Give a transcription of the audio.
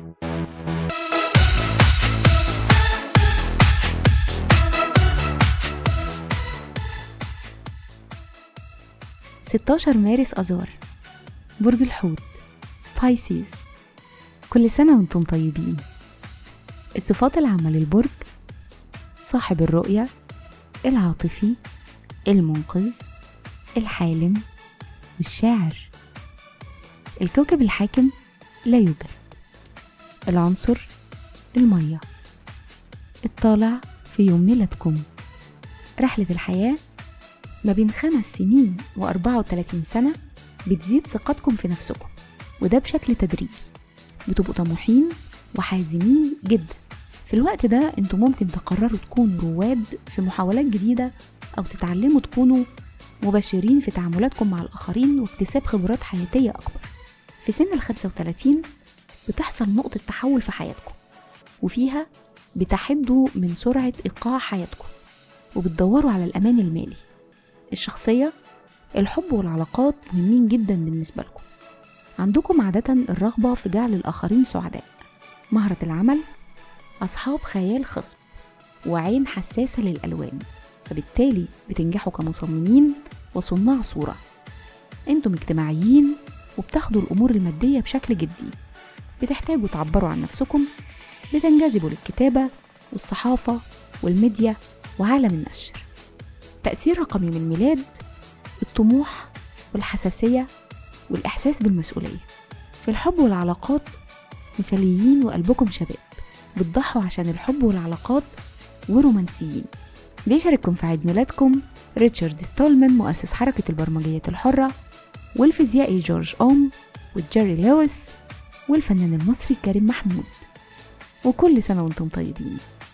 ستاشر مارس أذار، برج الحوت، بايسيز. كل سنة وانتم طيبين. الصفات العامة للبرج: صاحب الرؤية، العاطفي، المنقذ، الحالم، والشاعر. الكوكب الحاكم لا يوجد. العنصر المية. الطالع في يوم ميلادكم. رحلة الحياة ما بين 5 سنين و34 سنة بتزيد ثقتكم في نفسكم، وده بشكل تدريجي. بتبقوا طموحين وحازمين جدا. في الوقت ده انتوا ممكن تقرروا تكونوا رواد في محاولات جديدة، أو تتعلموا تكونوا مباشرين في تعاملاتكم مع الآخرين واكتساب خبرات حياتية أكبر. في سن 35 بتحصل نقطة تحول في حياتكم، وفيها بتحدوا من سرعة إيقاع حياتكم، وبتدوروا على الأمان المالي. الشخصية، الحب والعلاقات مهمين جدا بالنسبة لكم. عندكم عادة الرغبة في جعل الآخرين سعداء. مهرة العمل، أصحاب خيال خصب وعين حساسة للألوان، فبالتالي بتنجحوا كمصممين وصناع صورة. انتم اجتماعيين وبتاخدوا الأمور المادية بشكل جدي. بتحتاجوا تعبروا عن نفسكم. بتنجذبوا للكتابة والصحافة والميديا وعالم النشر. تأثير رقم يوم الميلاد: الطموح والحساسية والإحساس بالمسؤولية. في الحب والعلاقات مثاليين وقلبكم شباب، بتضحوا عشان الحب والعلاقات ورومانسيين. بيشارككم في عيد ميلادكم ريتشارد ستولمان مؤسس حركة البرمجية الحرة، والفيزيائي جورج أوم، وجيري لويس، والفنان المصري كريم محمود. وكل سنة وانتم طيبين.